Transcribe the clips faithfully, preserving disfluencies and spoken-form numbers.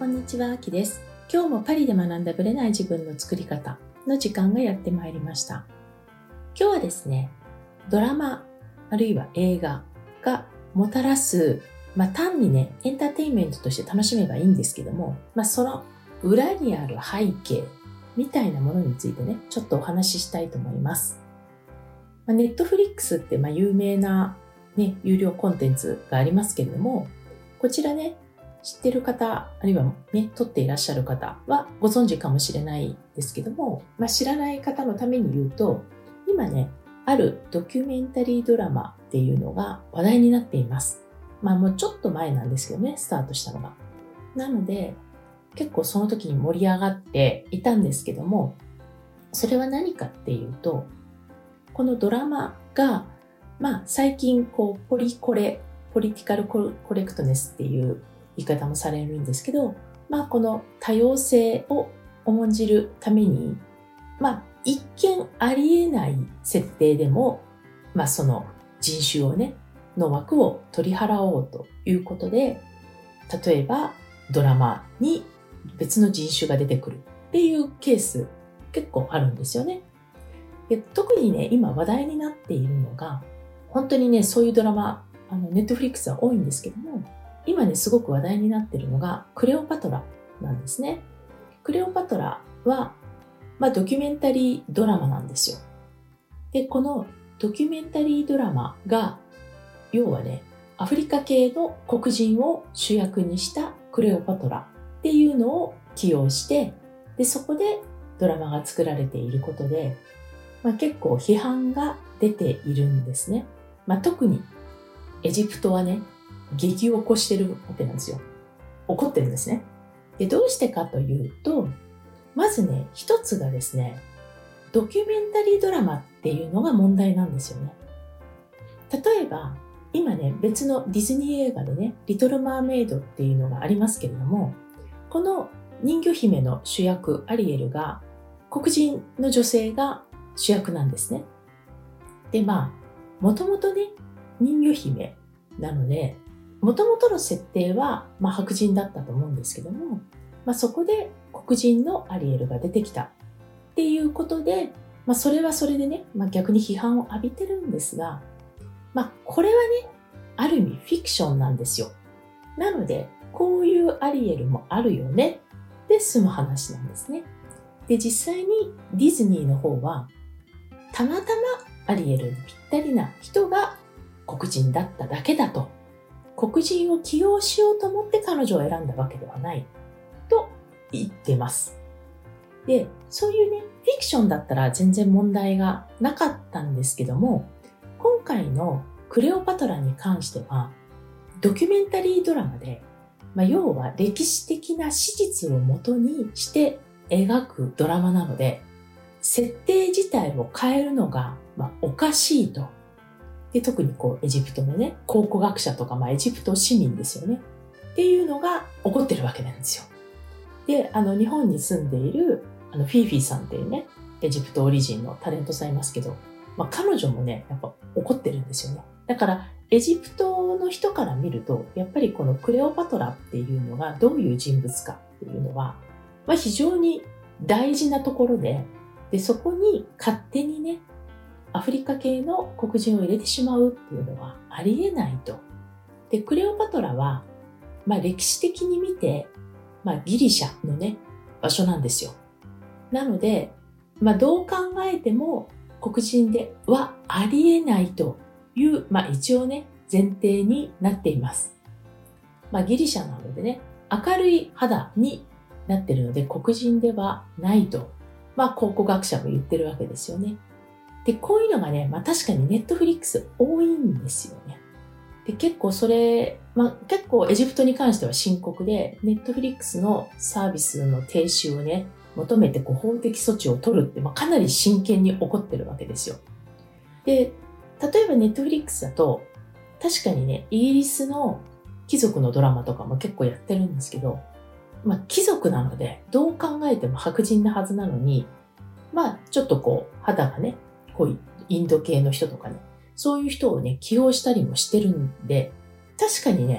こんにちは、あきです。今日もパリで学んだブレない自分の作り方の時間がやってまいりました。今日はですね、ドラマあるいは映画がもたらす、まあ単にね、エンターテインメントとして楽しめばいいんですけども、まあその裏にある背景みたいなものについてね、ちょっとお話ししたいと思います。まあ、ネットフリックスってまあ有名なね、有料コンテンツがありますけれども、こちらね、知ってる方、あるいはね、撮っていらっしゃる方はご存知かもしれないですけども、まあ、知らない方のために言うと、今ね、あるドキュメンタリードラマっていうのが話題になっています。まあもうちょっと前なんですけどね、スタートしたのが。なので、結構その時に盛り上がっていたんですけども、それは何かっていうと、このドラマが、まあ最近こう、ポリコレ、ポリティカルコレクトネスっていう言い方もされるんですけど、まあこの多様性を重んじるために、まあ一見ありえない設定でも、まあその人種をね、の枠を取り払おうということで、例えばドラマに別の人種が出てくるっていうケース結構あるんですよね。で、特にね、今話題になっているのが、本当にね、そういうドラマ、あのネットフリックスは多いんですけども、今ね、すごく話題になっているのがクレオパトラなんですね。クレオパトラは、まあ、ドキュメンタリードラマなんですよ。で、このドキュメンタリードラマが、要はね、アフリカ系の黒人を主役にしたクレオパトラっていうのを起用して、で、そこでドラマが作られていることで、まあ、結構批判が出ているんですね。まあ、特にエジプトはね、激を起こしてるわけなんですよ。怒ってるんですね。で、どうしてかというと、まずね、一つがですね、ドキュメンタリードラマっていうのが問題なんですよね。例えば、今ね、別のディズニー映画でね、リトル・マーメイドっていうのがありますけれども、この人魚姫の主役、アリエルが、黒人の女性が主役なんですね。で、まあ、もともとね、人魚姫なので、もともとの設定は、まあ、白人だったと思うんですけども、まあ、そこで黒人のアリエルが出てきたっていうことで、まあ、それはそれでね、まあ、逆に批判を浴びてるんですが、まあ、これはね、ある意味フィクションなんですよ。なので、こういうアリエルもあるよねで済む話なんですね。で、実際にディズニーの方は、たまたまアリエルにぴったりな人が黒人だっただけだと。黒人を起用しようと思って彼女を選んだわけではないと言ってます。で、そういうね、フィクションだったら全然問題がなかったんですけども、今回のクレオパトラに関しては、ドキュメンタリードラマで、まあ、要は歴史的な史実を元にして描くドラマなので、設定自体を変えるのが、まあ、おかしいと。で、特にこうエジプトのね、考古学者とか、まあエジプト市民ですよね。っていうのが起こってるわけなんですよ。で、あの日本に住んでいるあのフィーフィーさんっていうね、エジプトオリジンのタレントさんいますけど、まあ彼女もね、やっぱ怒ってるんですよね。だからエジプトの人から見ると、やっぱりこのクレオパトラっていうのがどういう人物かっていうのは、まあ非常に大事なところで、で、そこに勝手にね、アフリカ系の黒人を入れてしまうっていうのはありえないと。で、クレオパトラは、まあ歴史的に見て、まあギリシャのね、場所なんですよ。なので、まあどう考えても黒人ではありえないという、まあ一応ね、前提になっています。まあギリシャなのでね、明るい肌になっているので黒人ではないと、まあ考古学者も言ってるわけですよね。で、こういうのがね、まあ確かにネットフリックス多いんですよね。で、結構それ、まあ結構エジプトに関しては深刻で、ネットフリックスのサービスの停止をね、求めてこう法的措置を取るって、まあかなり真剣に起こってるわけですよ。で、例えばネットフリックスだと、確かにね、イギリスの貴族のドラマとかも結構やってるんですけど、まあ貴族なので、どう考えても白人なはずなのに、まあちょっとこう肌がね、こういうインド系の人とかね、そういう人をね、起用したりもしてるんで、確かにね、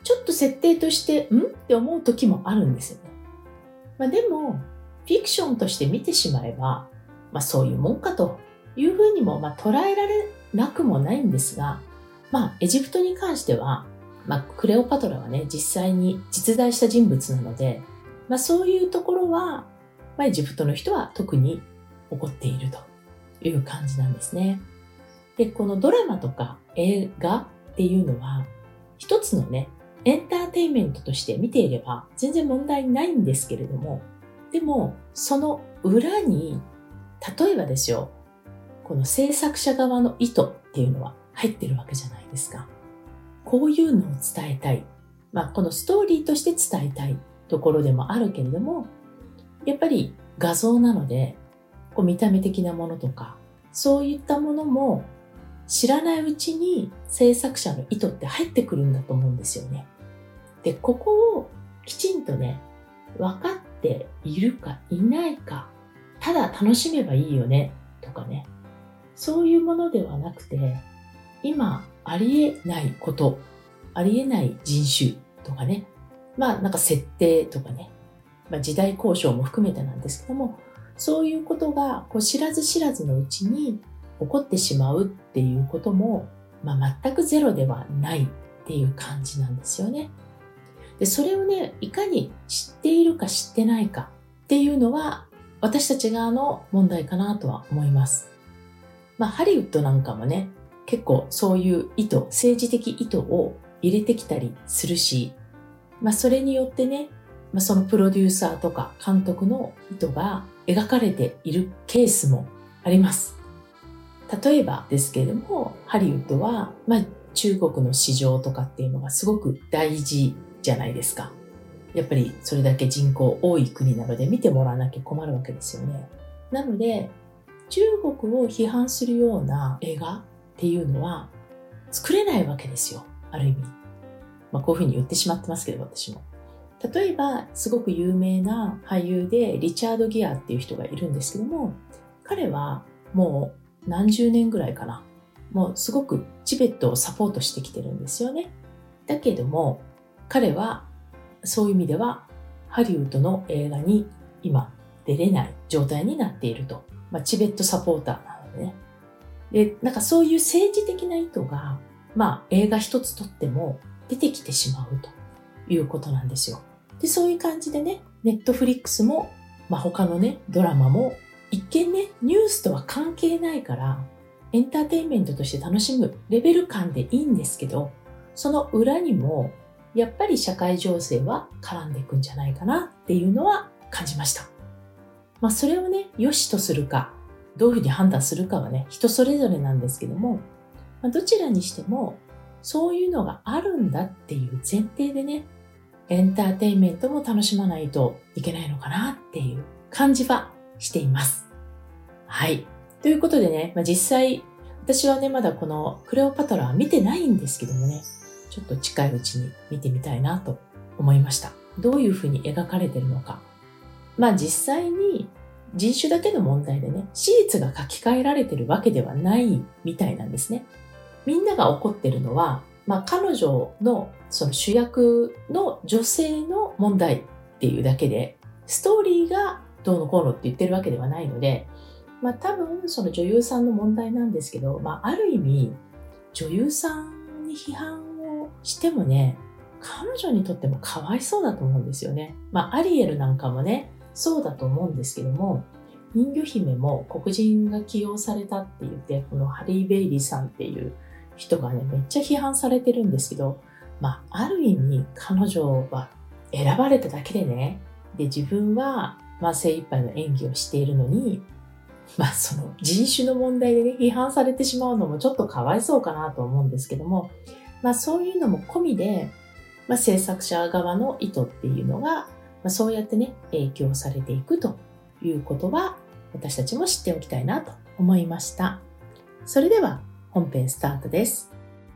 ちょっと設定としてんって思う時もあるんですよね。まあ、でもフィクションとして見てしまえば、まあ、そういうもんかというふうにもまあ捉えられなくもないんですが、まあ、エジプトに関しては、まあ、クレオパトラはね実際に実在した人物なので、まあ、そういうところは、まあ、エジプトの人は特に怒っているという感じなんですね。で、このドラマとか映画っていうのは一つのねエンターテインメントとして見ていれば全然問題ないんですけれども、でもその裏に例えばですよ、この制作者側の意図っていうのは入ってるわけじゃないですか。こういうのを伝えたい、まあ、このストーリーとして伝えたいところでもあるけれども、やっぱり画像なのでこう見た目的なものとかそういったものも知らないうちに制作者の意図って入ってくるんだと思うんですよね。で、ここをきちんとね分かっているかいないか、ただ楽しめばいいよねとかね、そういうものではなくて、今ありえないこと、ありえない人種とかね、まあなんか設定とかね、まあ、時代交渉も含めてなんですけども、そういうことがこう知らず知らずのうちに起こってしまうっていうことも、まあ、全くゼロではないっていう感じなんですよね。で、それをね、いかに知っているか知ってないかっていうのは私たち側の問題かなとは思います。まあ、ハリウッドなんかもね、結構そういう意図、政治的意図を入れてきたりするし、まあ、それによってね、まあ、そのプロデューサーとか監督の意図が描かれているケースもあります。例えばですけれども、ハリウッドは、まあ、中国の市場とかっていうのがすごく大事じゃないですか。やっぱりそれだけ人口多い国なので見てもらわなきゃ困るわけですよね。なので、中国を批判するような映画っていうのは作れないわけですよ、ある意味。まあ、こういうふうに言ってしまってますけど、私も。例えば、すごく有名な俳優でリチャード・ギアっていう人がいるんですけども、彼はもう何十年ぐらいかな。もうすごくチベットをサポートしてきてるんですよね。だけども、彼はそういう意味ではハリウッドの映画に今出れない状態になっていると。まあ、チベットサポーターなのでね。で、なんかそういう政治的な意図が、まあ映画一つとっても出てきてしまうということなんですよ。で、そういう感じでね、ネットフリックスも、まあ他のね、ドラマも、一見ね、ニュースとは関係ないから、エンターテインメントとして楽しむレベル感でいいんですけど、その裏にも、やっぱり社会情勢は絡んでいくんじゃないかなっていうのは感じました。まあそれをね、良しとするか、どういうふうに判断するかはね、人それぞれなんですけども、まあ、どちらにしても、そういうのがあるんだっていう前提でね、エンターテインメントも楽しまないといけないのかなっていう感じはしています。はい。ということでね、まあ、実際、私はね、まだこのクレオパトラは見てないんですけどもね、ちょっと近いうちに見てみたいなと思いました。どういうふうに描かれてるのか。まあ実際に人種だけの問題でね、史実が書き換えられてるわけではないみたいなんですね。みんなが怒ってるのは、まあ彼女のその主役の女性の問題っていうだけで、ストーリーがどうのこうのって言ってるわけではないので、まあ多分その女優さんの問題なんですけど、まあある意味女優さんに批判をしてもね、彼女にとってもかわいそうだと思うんですよね。まあアリエルなんかもね、そうだと思うんですけども、人魚姫も黒人が起用されたって言って、このハリー・ベイリーさんっていう人がね、めっちゃ批判されてるんですけど、まあ、ある意味彼女は選ばれただけでね、で、自分は、まあ、精一杯の演技をしているのに、まあ、その人種の問題でね、批判されてしまうのもちょっとかわいそうかなと思うんですけども、まあ、そういうのも込みで、まあ、制作者側の意図っていうのが、まあ、そうやってね、影響されていくということは、私たちも知っておきたいなと思いました。それでは本編スタートです。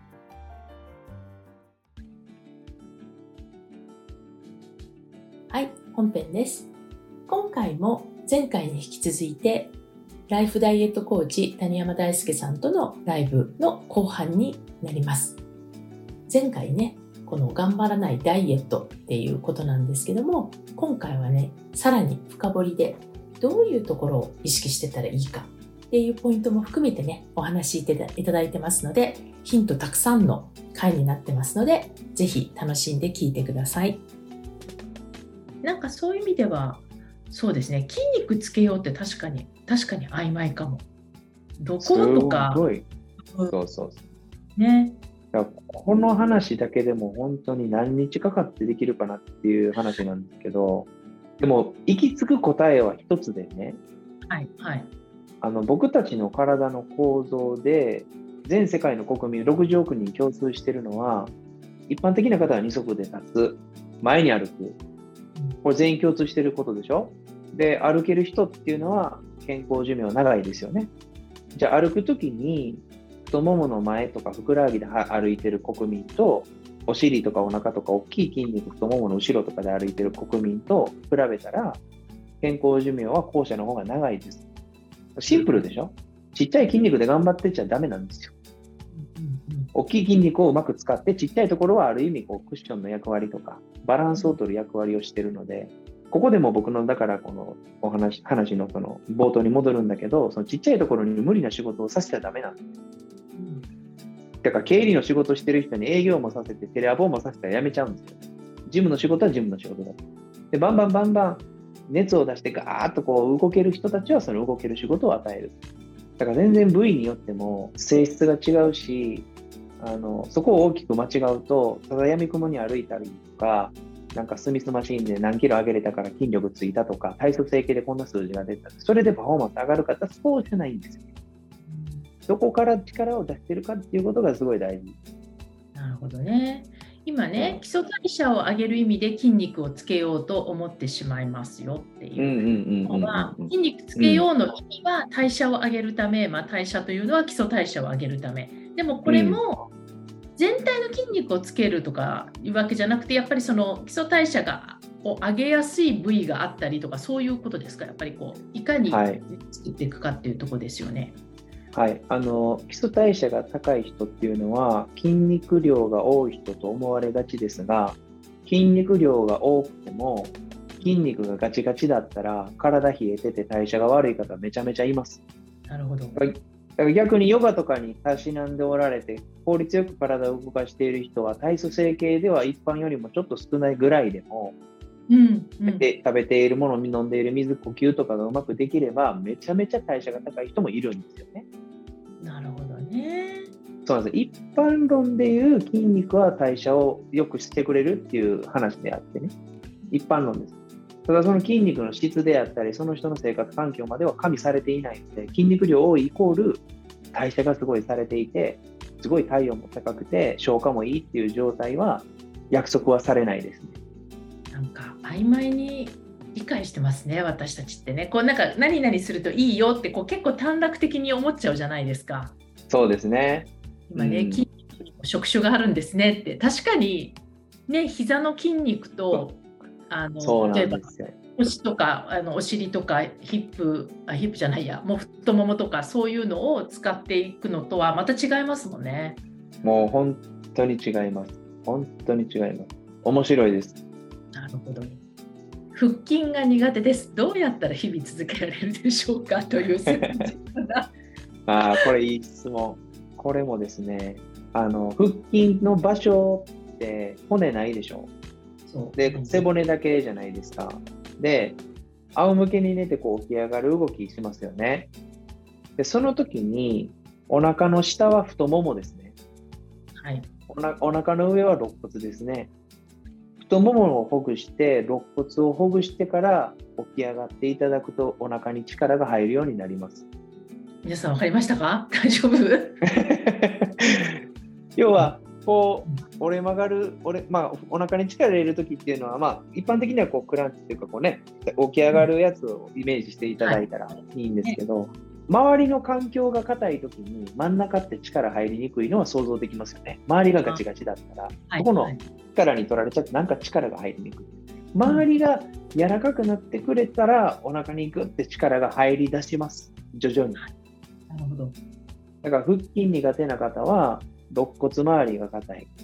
はい、本編です。今回も前回に引き続いて、ライフダイエットコーチ谷山大輔さんとのライブの後半になります。前回ね、 この頑張らないダイエットっていうことなんですけども、今回はねさらに深掘りでどういうところを意識してたらいいかっていうポイントも含めてねお話しいただいてますので、ヒントたくさんの回になってますので、ぜひ楽しんで聞いてください。なんかそういう意味ではそうですね、筋肉つけようって確かに確かに曖昧かも。どことかすごい、そうそうそうね。 だからこの話だけでも本当に何日かかってできるかなっていう話なんですけど、でも行き着く答えは一つでね、 はいはい、 あの僕たちの体の構造で全世界の国民ろくじゅうおくにん共通しているのは、一般的な方は二足で立つ、前に歩く、これ全員共通していることでしょ。で、歩ける人っていうのは健康寿命長いですよね。じゃあ歩くときに太ももの前とかふくらはぎで歩いてる国民と、お尻とかお腹とか大きい筋肉、太ももの後ろとかで歩いてる国民と比べたら、健康寿命は後者の方が長いです。シンプルでしょ。ちっちゃい筋肉で頑張ってちゃダメなんですよ。大きい筋肉をうまく使って、ちっちゃいところはある意味こうクッションの役割とかバランスを取る役割をしているので、ここでも僕のだからこのお話話のその冒頭に戻るんだけど、そのちっちゃいところに無理な仕事をさせちゃダメなんです。だから経理の仕事してる人に営業もさせてテレアポもさせたらやめちゃうんですよ。事務の仕事は事務の仕事だ。でバンバンバンバン熱を出してガーッとこう動ける人たちはその動ける仕事を与える。だから全然部位によっても性質が違うし、あのそこを大きく間違うと、ただやみくもに歩いたりとか、なんかスミスマシーンで何キロ上げれたから筋力ついたとか、体組成計でこんな数字が出た、それでパフォーマンス上がるかってそうじゃないんですよ。どこから力を出してるかっていうことがすごい大事。 なるほどね。今ね、基礎代謝を上げる意味で筋肉をつけようと思ってしまいますよっていうのは、筋肉つけようの意味は代謝を上げるため、まあ、代謝というのは基礎代謝を上げるため。でもこれも全体の筋肉をつけるとかいうわけじゃなくて、やっぱりその基礎代謝がを上げやすい部位があったりとか、そういうことですか。やっぱりこういかに作っていくかっていうところですよね。 はい、あの基礎代謝が高い人っていうのは筋肉量が多い人と思われがちですが、筋肉量が多くても筋肉がガチガチだったら体冷えてて代謝が悪い方めちゃめちゃいます。 なるほど。 だから逆にヨガとかにたしなんでおられて効率よく体を動かしている人は体組成計では一般よりもちょっと少ないぐらいでも、 うんうん、 で食べているもの、飲んでいる水、呼吸とかがうまくできればめちゃめちゃ代謝が高い人もいるんですよね。 なるほどね。 そうなんです。一般論でいう筋肉は代謝を良くしてくれるっていう話であってね、一般論です。ただその筋肉の質であったり、その人の生活環境までは加味されていないので、筋肉量多いイコール代謝がすごいされていて、すごい体温も高くて消化もいいっていう状態は約束はされないですね。 なんか曖昧に理解してますね、私たちってね。こうなんか何々するといいよってこう結構短絡的に思っちゃうじゃないですか。 そうですね。 今ね、うん、筋肉にも職種があるんですねって。確かにね、膝の筋肉とあの例えば腰とかあのお尻とかヒップあヒップじゃないや、もう太ももとかそういうのを使っていくのとはまた違いますもんね。 もう本当に違います。本当に違います。面白いです。 なるほど。腹筋が苦手です。どうやったら日々続けられるでしょうかという説明ああ、これいい質問。これもですね、あの腹筋の場所って骨ないでしょ。そうで、背骨だけじゃないですか。で、仰向けに寝てこう起き上がる動きしますよね。で、その時にお腹の下は太ももですね。 はい。 おな、お腹の上は肋骨ですね。太ももをほぐして肋骨をほぐしてから起き上がっていただくとお腹に力が入るようになります。 皆さん分かりましたか？大丈夫？ 要はこう折れ曲がる折れ、まあ、お腹に力入れるときっていうのは、まあ、一般的にはこうクランチっていうかこう、ね、起き上がるやつをイメージしていただいたらいいんですけど、はい、周りの環境が硬いときに真ん中って力入りにくいのは想像できますよね。周りがガチガチだったら、はい、ここの力に取られちゃってなんか力が入りにくい。周りが柔らかくなってくれたらお腹にグッて力が入り出します。徐々に。なるほど。 だから腹筋苦手な方は肋骨周りが硬い。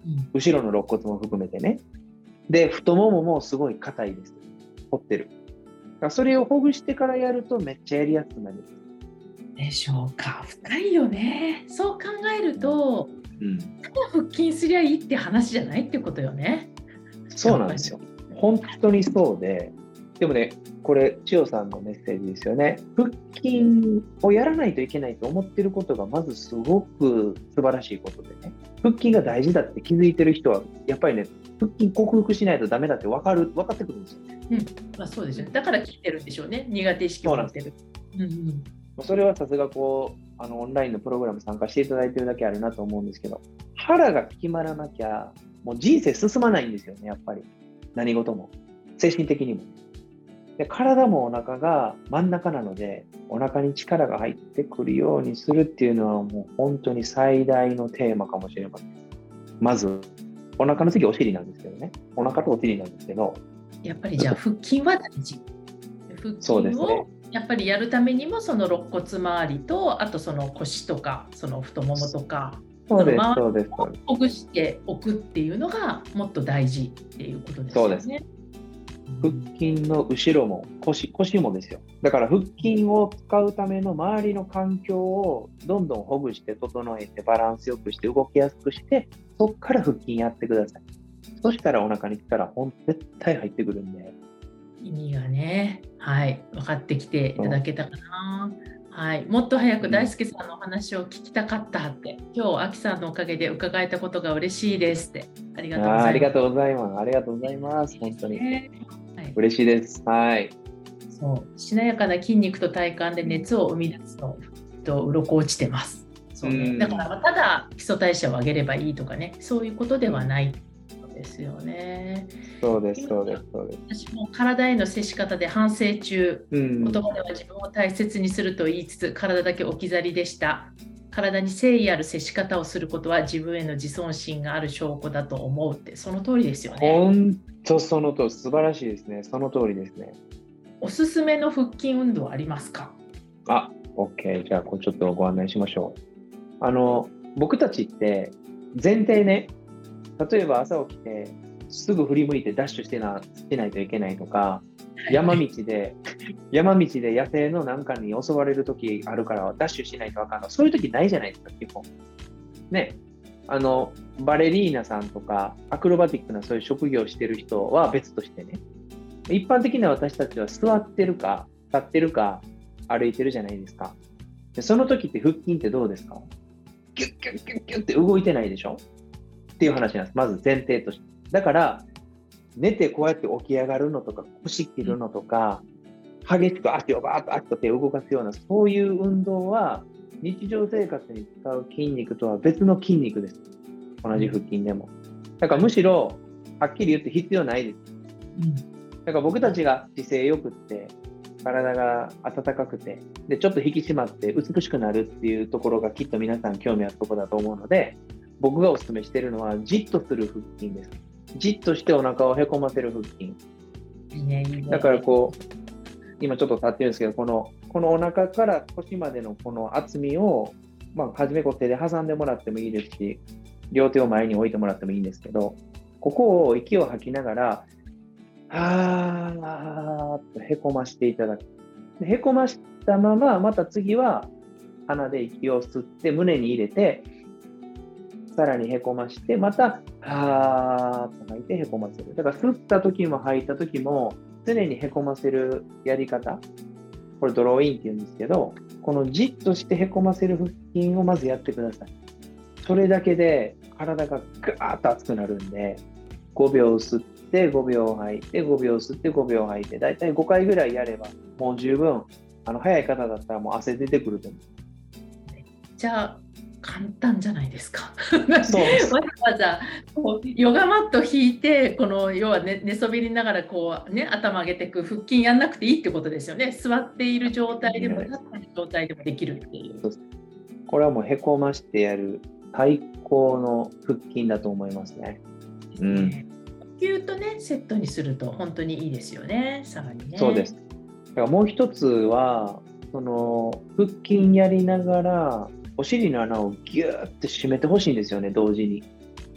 後ろの肋骨も含めてね。で、太もももすごい硬いです。凝ってる。だからそれをほぐしてからやるとめっちゃやりやすくなります。 でしょうか。深いよね。そう考えると、 うん、 ただ腹筋すりゃいいって話じゃないってことよね。 そうなんですよ。本当にそうで、でもね、これ千代さんのメッセージですよね。腹筋をやらないといけないと思ってることがまずすごく素晴らしいことでね。腹筋が大事だって気づいてる人はやっぱりね、腹筋克服しないとダメだって分かる分かってくるんですよ。 うん、まあ、そうですよね。だから聞いてるんでしょうね。苦手意識を持ってる。うんうん、 それはさすがこうあのオンラインのプログラム参加していただいてるだけあるなと思うんですけど、腹が決まらなきゃもう人生進まないんですよね。やっぱり何事も精神的にも。で、体もお腹が真ん中なので、お腹に力が入ってくるようにするっていうのはもう本当に最大のテーマかもしれません。まずお腹の次お尻なんですけどね。お腹とお尻なんですけど、 やっぱりじゃあ腹筋は大事。腹筋をやっぱりやるためにもその肋骨周りと、あとその腰とかその太ももとか、 そうですそのそうです周りをほぐしておくっていうのがもっと大事っていうことですよね。 そうです。腹筋の後ろも 腰, 腰もですよ。だから腹筋を使うための周りの環境をどんどんほぐして整えてバランスよくして動きやすくして、そこから腹筋やってください。そしたらお腹に力ほん絶対入ってくるんで。 意味がね、はい、分かってきていただけたかな。はい、もっと早く大輔さんのお話を聞きたかったって、うん、今日あきさんのおかげで伺えたことが嬉しいですって。ありがとうございます。 ありがとうございます。ありがとうございます。本当に、えーはい、嬉しいです。はい。 そうしなやかな筋肉と体幹で熱を生み出すのと鱗落ちてます。そうね、だからただ基礎代謝を上げればいいとかね、そういうことではないですよね。 そうですそうですそうです。 私も体への接し方で反省中、うん、言葉では自分を大切にすると言いつつ体だけ置き去りでした。体に誠意ある接し方をすることは自分への自尊心がある証拠だと思うって、その通りですよね。 本当その通り、素晴らしいですね。その通りですね。 おすすめの腹筋運動ありますか？ あ、OK。じゃあこれちょっとご案内しましょう。あの僕たちって前提ね、例えば朝起きてすぐ振り向いてダッシュしてな、してないといけないとか、山道で山道で野生のなんかに襲われる時あるからダッシュしないとあかんの、そういう時ないじゃないですか。基本ね、あのバレリーナさんとかアクロバティックなそういう職業をしてる人は別としてね、一般的な私たちは座ってるか立ってるか歩いてるじゃないですか。でその時って腹筋ってどうですか？ギュッギュッギュッギュッって動いてないでしょっていう話なんです。まず前提として。だから寝てこうやって起き上がるのとか腰切るのとか激しく足をバーッと足と手を動かすようなそういう運動は日常生活に使う筋肉とは別の筋肉です。同じ腹筋でも。だからむしろはっきり言って必要ないです。だから僕たちが姿勢よくって体が温かくてでちょっと引き締まって美しくなるっていうところがきっと皆さん興味あるところだと思うので、僕がお勧めしているのはじっとする腹筋です。じっとしてお腹をへこませる腹筋。 いいね、いいね。 だからこう今ちょっと立ってるんですけど、このこのお腹から腰までのこの厚みを、まあ、はじめこう手で挟んでもらってもいいですし、両手を前に置いてもらってもいいんですけど、ここを息を吐きながらはーっとへこましていただく。でへこましたまま、また次は鼻で息を吸って胸に入れて、さらにへこまして、またはーっと吐いてへこませる。だから吸った時も吐いた時も常にへこませるやり方、これドローインって言うんですけど、このじっとしてへこませる腹筋をまずやってください。それだけで体がぐーっと熱くなるんで、ごびょう吸ってごびょう吐いてごびょう吸ってごびょう吐いて、だいたいごかいぐらいやればもう十分、あの早い方だったらもう汗出てくると思う。 じゃあ簡単じゃないですか。そうわざわざこうヨガマット引いて、この要は 寝, 寝そべりながらこう、ね、頭上げていく腹筋やんなくていいってことですよね。座っている状態でも立っている状態でもできるっていう。 これはもうへこましてやる最高の腹筋だと思いますね。うん、 呼吸とねセットにすると本当にいいですよね。さらにね。 そうです。だからもう一つはその腹筋やりながらお尻の穴をギューって締めてほしいんですよね。同時に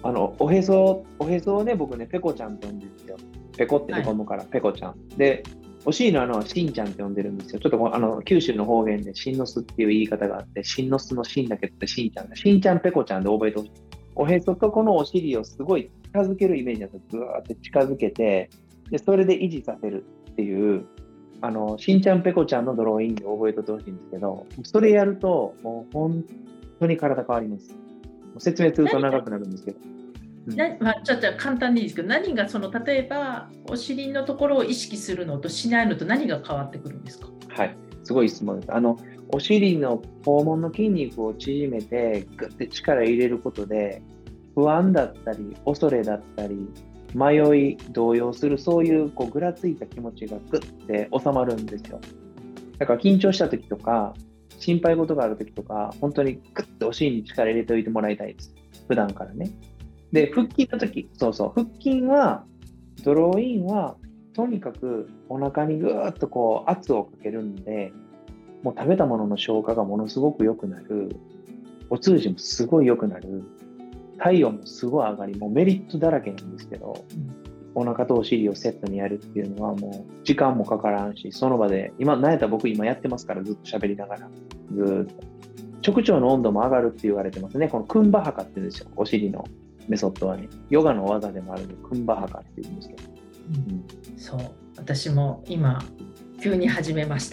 あのおへそ、おへそをね、僕ね、ペコちゃんって呼んでるんですよ。ペコってへこむから、はい、ペコちゃん。で、お尻の穴はしんちゃんって呼んでるんですよ。ちょっとあの九州の方言でしんのすっていう言い方があって、しんのすのしんだけってしんちゃん。しんちゃんペコちゃんで覚えてほしい。おへそとこのお尻をすごい近づけるイメージだとずーって近づけて、でそれで維持させるっていう、あのしんちゃんペコちゃんのドローインで覚えておいてほしいんですけど、それやるともう本当に体変わります。説明すると長くなるんですけど。 なまあ、ちょっと簡単でいいですけど、何がその例えばお尻のところを意識するのとしないのと何が変わってくるんですか？ はい、すごい質問です。あのお尻の肛門の筋肉を縮めてグッて力入れることで、不安だったり恐れだったり迷い動揺する、そういうこうぐらついた気持ちがグッて収まるんですよ。だから緊張した時とか心配事がある時とか、本当にグッてお尻に力入れておいてもらいたいです、普段からね。で、腹筋の時、そうそう、腹筋は、ドローインは、とにかくお腹にぐーっとこう圧をかけるんで、もう食べたものの消化がものすごく良くなる、お通じもすごい良くなる、体温もすごい上がり、もうメリットだらけなんですけど、お腹とお尻をセットにやるっていうのはもう時間もかからんし、その場で、今、なんやったら僕今やってますから、ずっと喋りながら、ずーっと。直腸の温度も上がるって言われてますね。このクンバハカって言うんですよ、お尻の。メソッドはね、ヨガの技でもあるので、クンバハカって言うんですけど、 うん、そう、私も今急に始めました。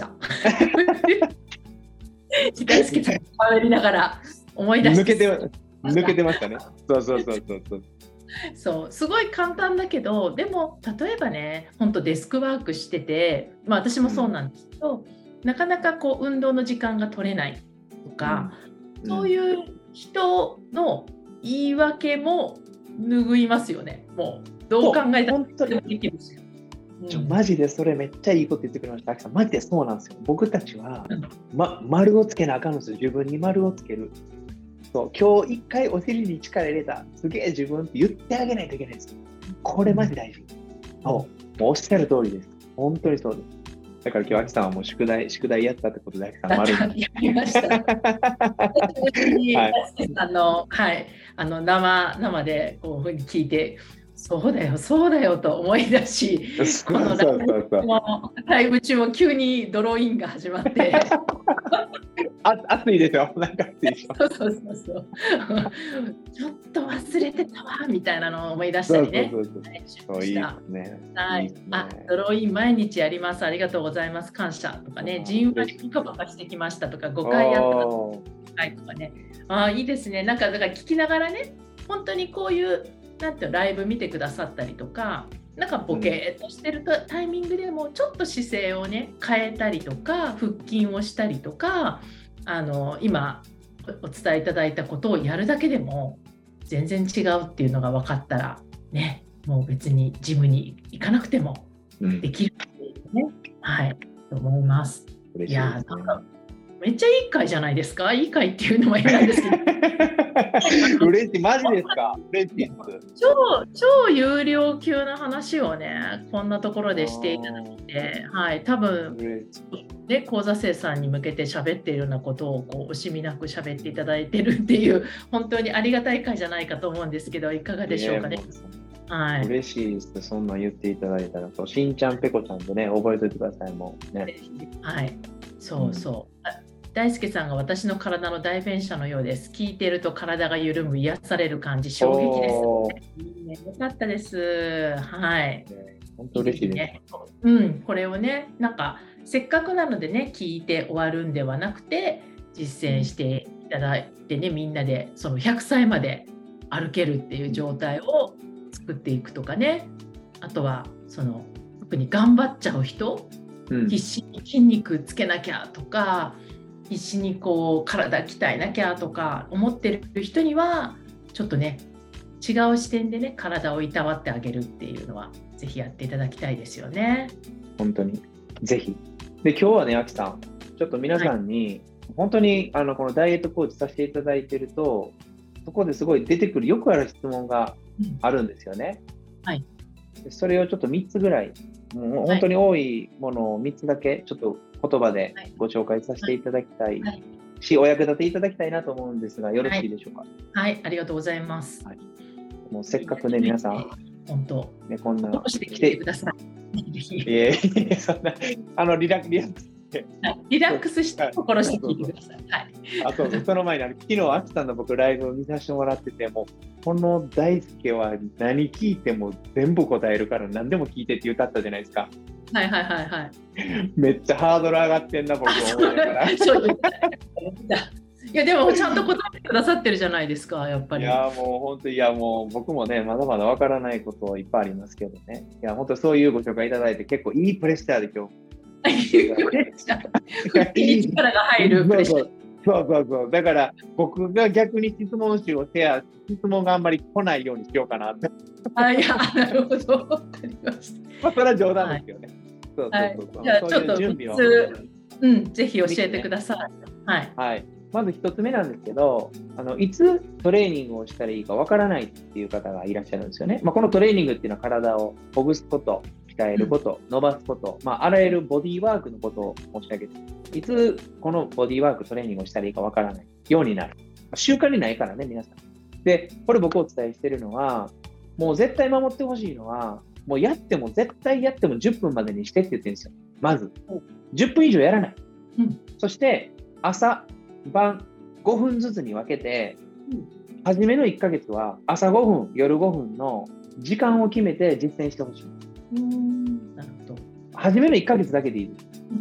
大輔さん喋りながら思い出して、 抜けて抜けてましたね。そうそうそうそうそう。 そう、すごい簡単だけど、でも例えばね、本当デスクワークしてて、まあ私もそうなんですけど、うん、なかなかこう運動の時間が取れないとか、うん、そういう人の言い訳も拭いますよね。もうどう考えたらでもできるし、 うん、ちょマジでそれめっちゃいいこと言ってくれました。あきさん、マジでそうなんですよ。僕たちは、ま、丸をつけなあかんのですよ。自分に丸をつける。そう今日一回お尻に力入れた、すげえ自分って言ってあげないといけないです。これマジ大事。そうもうおっしゃる通りです。本当にそうです。だから今日、あきさんはもう宿題、宿題やったってことで、あきさん丸に。やりました。はい、あの、はい、あの生、生でこういうふうに聞いて、そうだよ、そうだよと思い出し、このライブ中も急にドローインが始まって。 あ暑いですよ。なんか暑いでしょ。 そうそうそうそう。ちょっと忘れてたわみたいなのを思い出したりね。 そうそうそうそう。そういいですね。 はい。いいね、あ、ドローイン毎日やります。ありがとうございます。感謝とかね。じんわりピカパカしてきましたとか、ごかいやったとかね。あ、いいですね。なんかだから聞きながらね、本当にこういうなんていうライブ見てくださったりとか。なんかボケーっとしてるタイミングでもちょっと姿勢をね変えたりとか腹筋をしたりとか、あの今お伝えいただいたことをやるだけでも全然違うっていうのが分かったらね、もう別にジムに行かなくてもできるっていうね、うん、はいと思います。 嬉しいですね。いやなんかめっちゃいい回じゃないですか。いい回っていうのも変なんですけど嬉しい、マジですか。嬉しいです。 超超有料級な話をねこんなところでしていただいて、はい、多分ね講座生さんに向けて喋っているようなことをこう惜しみなく喋っていただいてるっていう本当にありがたい回じゃないかと思うんですけど、いかがでしょうかね。 はい、嬉しいです。そんなん言っていただいたらと、しんちゃんぺこちゃんとね覚えておいてください。もうね。 はい、そうそう。うん、大輔さんが私の体の代弁者のようです。聞いてると体が緩む、癒される感じ、衝撃です、ね。いいね、よかったです。はい。 本当嬉しいですね。 うん、これをね、なんかせっかくなのでね、聞いて終わるんではなくて、実践していただいてね、みんなでそのひゃくさいまで歩けるっていう状態を作っていくとかね。あとはその特に頑張っちゃう人、うん、必死に筋肉つけなきゃとか。必死にこう体鍛えなきゃとか思ってる人にはちょっとね違う視点でね体をいたわってあげるっていうのはぜひやっていただきたいですよね。 本当にぜひ。で今日はね、あきさんちょっと皆さんに、はい、本当にあのこのダイエットコーチさせていただいてるとそこですごい出てくるよくある質問があるんですよね。 うん、はい。 それをちょっとみっつぐらい、もう本当に多いものをみっつだけちょっと言葉でご紹介させていただきたいし、お役立ていただきたいなと思うんですが、よろしいでしょうか。 はい、はい、ありがとうございます。はい、 もうせっかくね、皆さん、 本当、 ね、こんな、 残してきてください。 いえいえ、そんな、あの、リラリラックスして。 リラックスして心して聞いてください。はい。 あ、そうそう、その前にあの、昨日、アキさんの僕、ライブを見させてもらってて、もう、この大輔は何聞いても全部答えるから、何でも聞いてって歌ったじゃないですか。 はいはいはいはい。 めっちゃハードル上がってんな、僕思いながら。 そういやでもちゃんと答えてくださってるじゃないですか、やっぱり。 いやもう本当、いやもう僕もね、まだまだわからないこといっぱいありますけどね。いや本当そういうご紹介いただいて、結構いいプレッシャーで今日。 いいプレッシャー。腹筋に力が入るプレッシャー。 そうそうそう。だから僕が逆に質問集をシェア、質問があんまり来ないようにしようかなって。 あ、いや、なるほど。わかりました。 まあそれは冗談ですよね。 そうそうそう。じゃあちょっとみっつ、うん、ぜひ教えてください。はい。 はい。まず一つ目なんですけど、あのいつトレーニングをしたらいいかわからないっていう方がいらっしゃるんですよね。まあ、このトレーニングっていうのは体をほぐすこと、鍛えること、伸ばすこと、まあ、あらゆるボディーワークのことを申し上げて、いつこのボディーワーク、トレーニングをしたらいいかわからないようになる。習慣にないからね、皆さん。で、これ僕お伝えしてるのは、もう絶対守ってほしいのは、もうやっても絶対やってもじゅっぷんまでにしてって言ってるんですよ。まず。じゅっぷん以上やらない。うん、そして、朝、晩ごふんずつに分けて、うん、初めのいっかげつは朝ごふん、夜ごふんの時間を決めて実践してほしい。 うーん、なるほど。 初めのいっかげつだけでいいです。うん、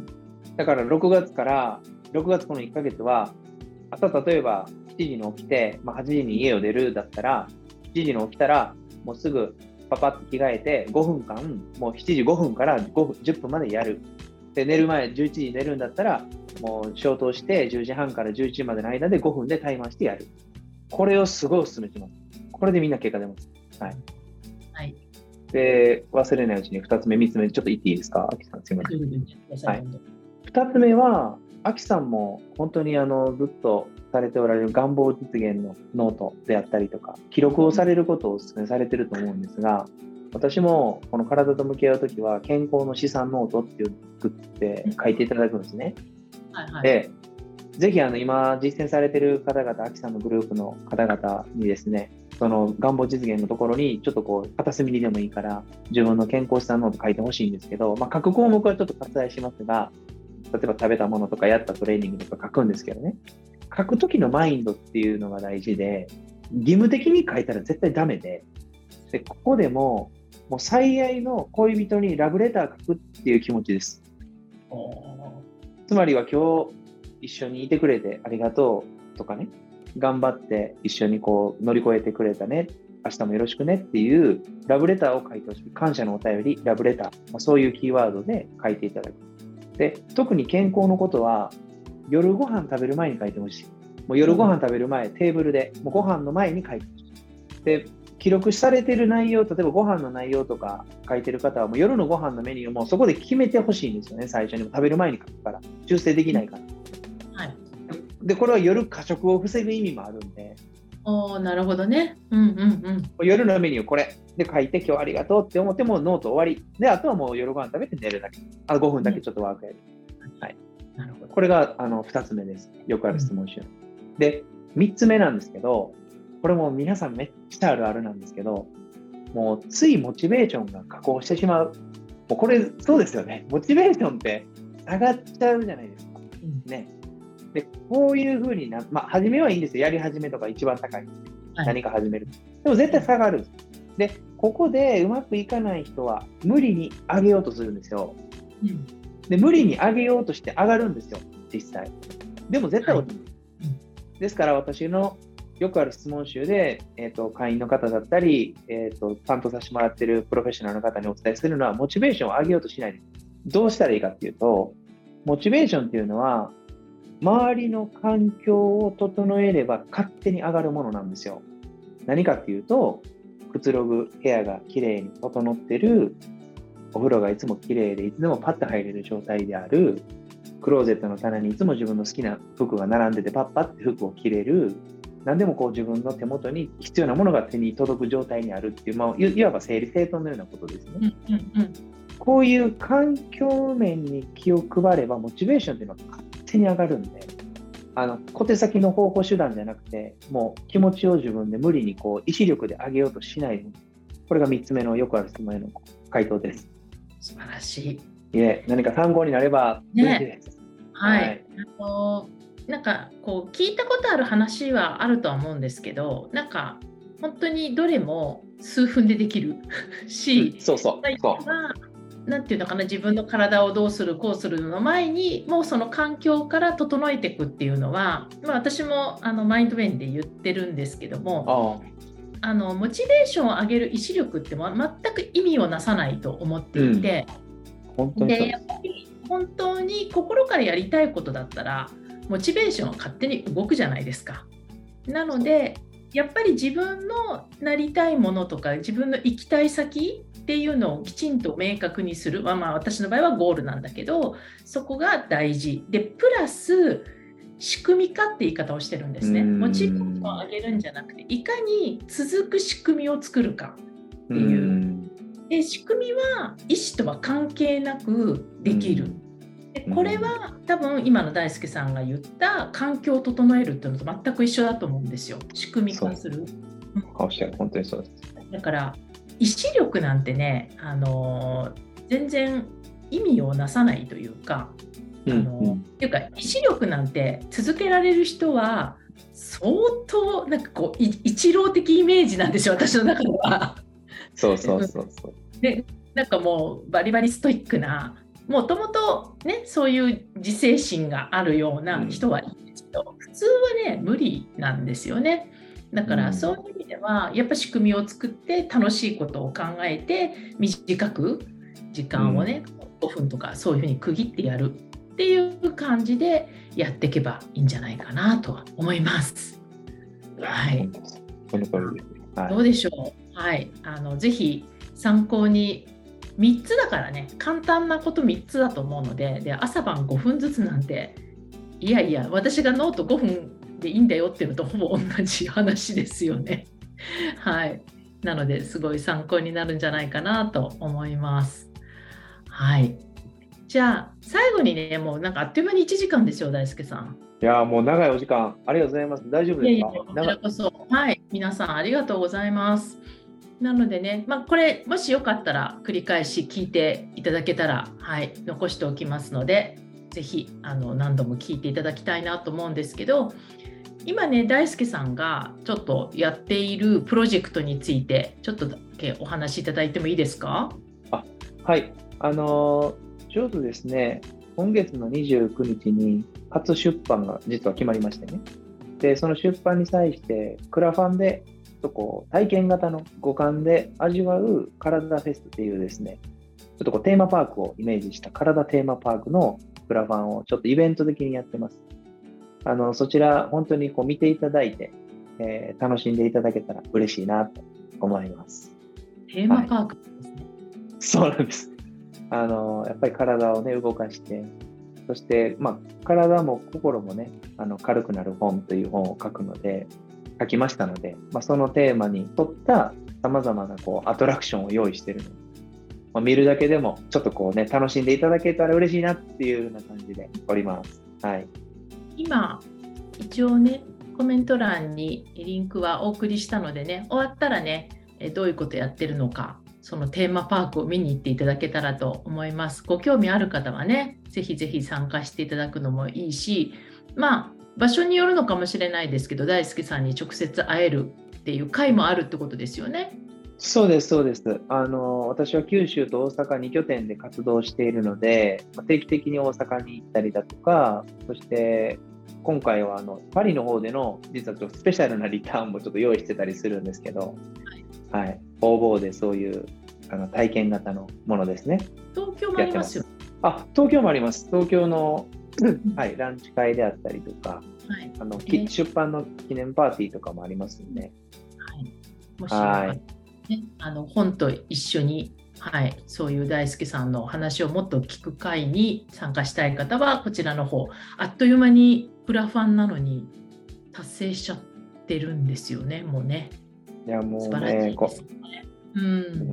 だからろくがつからろくがつこのいっかげつは、朝例えばしちじに起きて、まあ、はちじに家を出るだったら、しちじに起きたらもうすぐパパッと着替えてごふんかん、もうしちじごふんからごふんじゅっぷんまでやる。で寝る前じゅういちじに寝るんだったらもう消灯してじゅうじはんからじゅういちじまでの間でごふんでタイマーしてやる。これをすごいお勧めします。これでみんな結果出ます。はい。 はい、 で忘れないうちにふたつめ、みっつめちょっと言っていいですか、あきさん。すみません。はい。ふたつめはあきさんも本当にあのずっとされておられる願望実現のノートであったりとか記録をされることをお勧めされてると思うんですが、私もこの体と向き合うときは健康の資産ノートっていうのを作って書いていただくんですね。はいはい、でぜひあの今実践されている方々、あきさんのグループの方々にですね、その願望実現のところにちょっとこう片隅にでもいいから自分の健康資産ノート書いてほしいんですけど、まあ、各項目はちょっと割愛しますが、例えば食べたものとかやったトレーニングとか書くんですけどね、書くときのマインドっていうのが大事で、義務的に書いたら絶対ダメで、でここでももう最愛の恋人にラブレター書くっていう気持ちです。つまりは今日一緒にいてくれてありがとうとかね、頑張って一緒にこう乗り越えてくれたね、明日もよろしくねっていうラブレターを書いてほしい。感謝のお便り、ラブレター、まあ、そういうキーワードで書いていただく。で、特に健康のことは夜ご飯食べる前に書いてほしい。もう夜ご飯食べる前、テーブルでもうご飯の前に書いてほしい。で、記録されている内容、例えばご飯の内容とか書いてる方はもう夜のご飯のメニューもそこで決めてほしいんですよね。最初にも食べる前に書くから修正できないから、はい、でこれは夜過食を防ぐ意味もあるんで。 おー、なるほどね。うんうんうん。 夜のメニューこれで書いて今日ありがとうって思ってもノート終わりで、あとはもう夜ご飯食べて寝るだけ。あとごふんだけちょっとワークやる、うん、はい。なるほど。これがあのふたつめです。よくある質問集、うん、でみっつめなんですけど、これも皆さんめっちゃあるあるなんですけど、もうついモチベーションが下降してしまう。もうこれそうですよね。モチベーションって下がっちゃうじゃないですか、うん、ね。でこういう風にな、まあ初めはいいんですよ。やり始めとか一番高い、はい、何か始める。でも絶対下がる。でここでうまくいかない人は無理に上げようとするんですよ、うん、で無理に上げようとして上がるんですよ実際。でも絶対落ちる、はい、ですから私のよくある質問集で、えーと、会員の方だったり、えーと、担当させてもらっているプロフェッショナルの方にお伝えするのは、モチベーションを上げようとしないです。どうしたらいいかっていうと、モチベーションっていうのは周りの環境を整えれば勝手に上がるものなんですよ。何かっていうと、くつろぐ部屋がきれいに整ってる、お風呂がいつもきれいでいつでもパッと入れる状態である、クローゼットの棚にいつも自分の好きな服が並んでてパッパッて服を着れる、何でもこう自分の手元に必要なものが手に届く状態にあるっていう、まあ、いわば整理整頓のようなことですね、うんうんうん、こういう環境面に気を配ればモチベーションっていうのは勝手に上がるんで、 あの小手先の方法手段じゃなくて、もう気持ちを自分で無理にこう意志力で上げようとしない。これがみっつめのよくある質問への回答です。 素晴らしい。 いえ、何か参考になれば嬉しいです。 ね、はい、はい、あのなんかこう聞いたことある話はあるとは思うんですけど、なんか本当にどれも数分でできるし、 うん、そうそうそうなんていうのかな、自分の体をどうするこうするの前にもうその環境から整えていくっていうのは、まあ、私もあのマインド面で言ってるんですけども、ああのモチベーションを上げる意志力っても全く意味をなさないと思っていて、 うん、本当にそうです。 でやっぱり本当に心からやりたいことだったらモチベーションは勝手に動くじゃないですか。なのでやっぱり自分のなりたいものとか自分の行きたい先っていうのをきちんと明確にする、まあ、まあ私の場合はゴールなんだけど、そこが大事で、プラス仕組み化って言い方をしてるんですね。モチベーションを上げるんじゃなくて、いかに続く仕組みを作るかっていう、で仕組みは意思とは関係なくできる。でこれは多分今の大輔さんが言った環境を整えるっていうのと全く一緒だと思うんですよ。仕組み化する。 おっしゃる、本当にそうです。 だから意志力なんてね、あの全然意味をなさないというか、あの、うんうん、っていうか意志力なんて続けられる人は相当なんかこう一郎的イメージなんですよ、私の中では。 そうそうそうそう。 でなんかもうバリバリストイックな、もともとねそういう自制心があるような人はいいんですけど、うん、普通はね無理なんですよね。だからそういう意味ではやっぱ仕組みを作って楽しいことを考えて短く時間をね、うん、ごふんとかそういうふうに区切ってやるっていう感じでやっていけばいいんじゃないかなとは思います。はい。 その通りです。はい。 どうでしょう。はい。あのぜひ参考に、みっつだからね、簡単なことみっつだと思うので、で朝晩ごふんずつなんて、いやいや私がノートごふんでいいんだよっていうのとほぼ同じ話ですよね。はい。なのですごい参考になるんじゃないかなと思います。はい。じゃあ最後にね、もうなんかあっという間にいちじかんですよ、大輔さん。 いやもう長いお時間ありがとうございます。大丈夫ですか？いやいやこちらこそ、はい、皆さんありがとうございます。なのでね、まあ、これもしよかったら繰り返し聞いていただけたら、はい、残しておきますので、ぜひあの何度も聞いていただきたいなと思うんですけど、今ね大輔さんがちょっとやっているプロジェクトについてちょっとだけお話しいただいてもいいですか？ あ、はい、あのちょうどですね、今月のにじゅうくにちに初出版が実は決まりましてね、でその出版に際してクラファンでちょっとこう体験型の五感で味わう体フェスっていうですね、ちょっとこうテーマパークをイメージした体テーマパークのクラファンをちょっとイベント的にやってます。あのそちら本当にこう見ていただいて、えー、楽しんでいただけたら嬉しいなと思います。 テーマパークですね。はい、 そうなんです。あのやっぱり体をね動かして、そして、まあ、体も心もねあの軽くなる本という本を書くので書きましたので、まあ、そのテーマに沿ったさまざまなこうアトラクションを用意しているので、まあ、見るだけでもちょっとこうね楽しんでいただけたら嬉しいなっていうような感じでおります。はい、 今一応ねコメント欄にリンクはお送りしたのでね、終わったらねどういうことやってるのか、そのテーマパークを見に行っていただけたらと思います。ご興味ある方はね、ぜひぜひ参加していただくのもいいし、まあ場所によるのかもしれないですけど、大輔さんに直接会えるっていう会もあるってことですよね。 そうですそうです。あの私は九州と大阪に拠点で活動しているので、定期的に大阪に行ったりだとか、そして今回はあのパリの方での実はちょっとスペシャルなリターンもちょっと用意してたりするんですけど、はいはい、方々でそういうあの体験型のものですね。 東京もありますよ。 あ、東京もあります。東京の、はい、ランチ会であったりとか、はい、あの、えー、出版の記念パーティーとかもありますので、はい、 もしよかったらね、あの本と一緒に、はい、そういう大輔さんの話をもっと聞く会に参加したい方はこちらの方、あっという間にクラファンなのに達成しちゃってるんですよね、もうね。 いやもうね、素晴らしいですね。うん、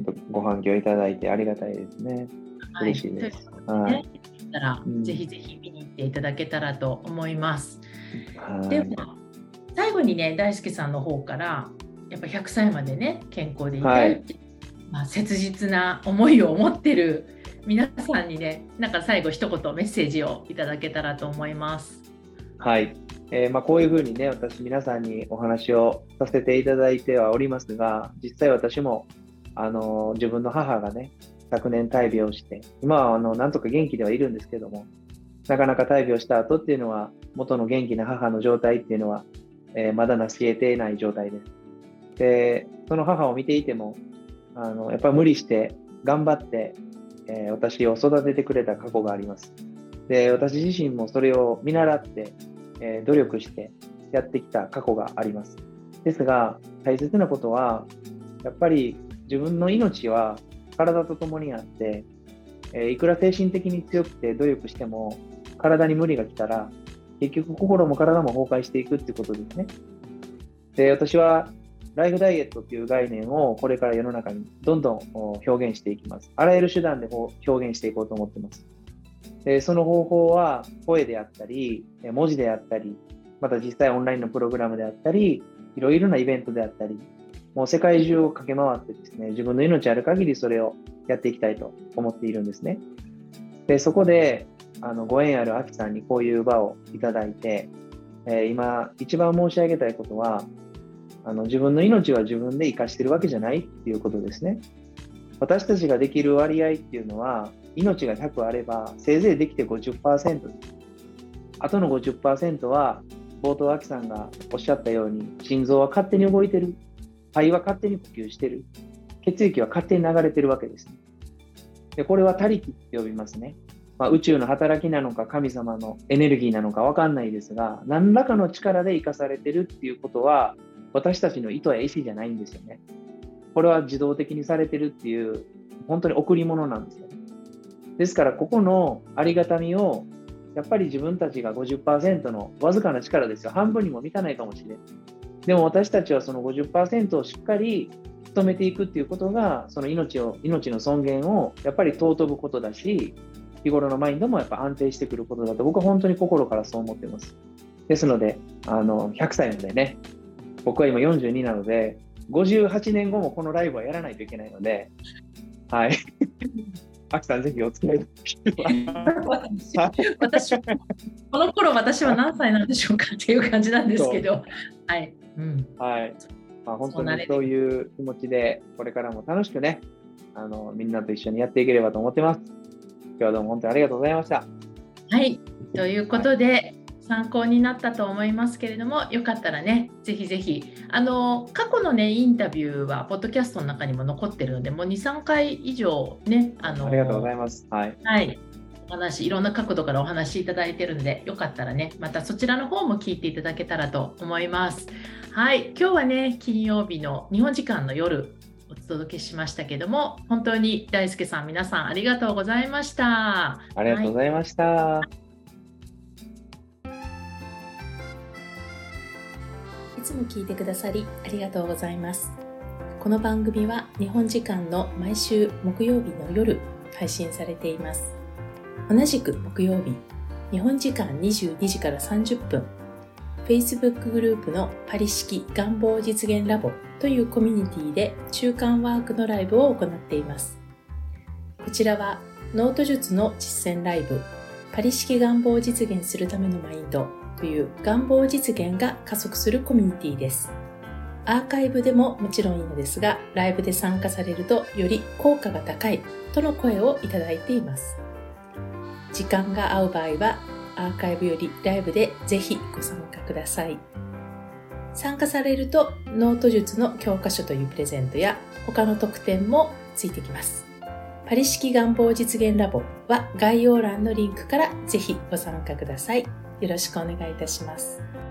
ご反響いただいてありがたいですね。はい、嬉しいです。 はい。だから、うん、ぜひぜひ見に行っていただけたらと思います。 では最後にね、大輔さんの方からやっぱひゃくさいまでね健康でいたいって、はい、まあ、切実な思いを持ってる皆さんにね、なんか最後一言メッセージをいただけたらと思います。 はい、えーまあ、こういうふうにね、私皆さんにお話をさせていただいてはおりますが、実際私もあの自分の母がね、昨年大病して、今はあのなんとか元気ではいるんですけども、なかなか大病した後っていうのは、元の元気な母の状態っていうのは、えー、まだ成し得ていない状態です。で、その母を見ていても、あのやっぱり無理して頑張って、えー、私を育ててくれた過去があります。で、私自身もそれを見習って、えー、努力してやってきた過去があります。ですが、大切なことは、やっぱり自分の命は体と共にあって、えー、いくら精神的に強くて努力しても、体に無理が来たら、結局心も体も崩壊していくってことですね。で、私はライフダイエットという概念をこれから世の中にどんどん表現していきます。あらゆる手段で表現していこうと思っています。で、その方法は声であったり、文字であったり、また実際オンラインのプログラムであったり、いろいろなイベントであったり、もう世界中を駆け回ってですね、自分の命ある限りそれをやっていきたいと思っているんですね。で、そこであのご縁あるアキさんにこういう場をいただいて、えー、今一番申し上げたいことは、あの自分の命は自分で生かしているわけじゃないっていうことですね。私たちができる割合っていうのは、命がひゃくあればせいぜいできて ごじゅっパーセント です。あとの ごじゅっパーセント は冒頭アキさんがおっしゃったように、心臓は勝手に動いてる、肺は勝手に呼吸してる、血液は勝手に流れてるわけです。で、これは他力って呼びますね。まあ、宇宙の働きなのか神様のエネルギーなのか分かんないですが、何らかの力で生かされてるっていうことは、私たちの意図や意思じゃないんですよね。これは自動的にされてるっていう、本当に贈り物なんですよね。ですから、ここのありがたみを、やっぱり自分たちが ごじゅっパーセント のわずかな力ですよ。半分にも満たないかもしれない。でも私たちはその ごじゅっパーセント をしっかり努めていくっていうことが、その命を、命の尊厳をやっぱり尊ぶことだし、日頃のマインドもやっぱ安定してくることだと、僕は本当に心からそう思っています。ですので、あのひゃくさいまでね、僕は今よんじゅうになので、ごじゅうはちねんごもこのライブはやらないといけないので、はい。アキさん、ぜひお付き合いください。 私、この頃私は何歳なんでしょうかっていう感じなんですけど、はい。 うん、はい。まあ、本当にそういう気持ちで、これからも楽しくね、あのみんなと一緒にやっていければと思ってます。今日はどうも本当にありがとうございました。 はい。ということで、はい、参考になったと思いますけれども、よかったらね、ぜひぜひ、あの過去のね、インタビューはポッドキャストの中にも残ってるので、もうに、さんかい以上ね、 あのありがとうございます。はい。 はい。お話、いろんな角度からお話しいただいているので、よかったらね、またそちらの方も聞いていただけたらと思います。はい。今日はね、金曜日の日本時間の夜、お届けしましたけども、本当に大輔さん、皆さんありがとうございました。 ありがとうございました。はい、 いつも聞いてくださりありがとうございます。この番組は日本時間の毎週木曜日の夜配信されています。同じく木曜日、日本時間にじゅうにじからさんじゅっぷん、Facebook グループのパリ式願望実現ラボというコミュニティで中間ワークのライブを行っています。こちらはノート術の実践ライブ、パリ式願望を実現するためのマインドという願望実現が加速するコミュニティです。アーカイブでももちろんいいのですが、ライブで参加されるとより効果が高いとの声をいただいています。時間が合う場合はアーカイブよりライブでぜひご参加ください。参加されるとノート術の教科書というプレゼントや他の特典もついてきます。パリ式願望実現ラボは概要欄のリンクからぜひご参加ください。よろしくお願いいたします。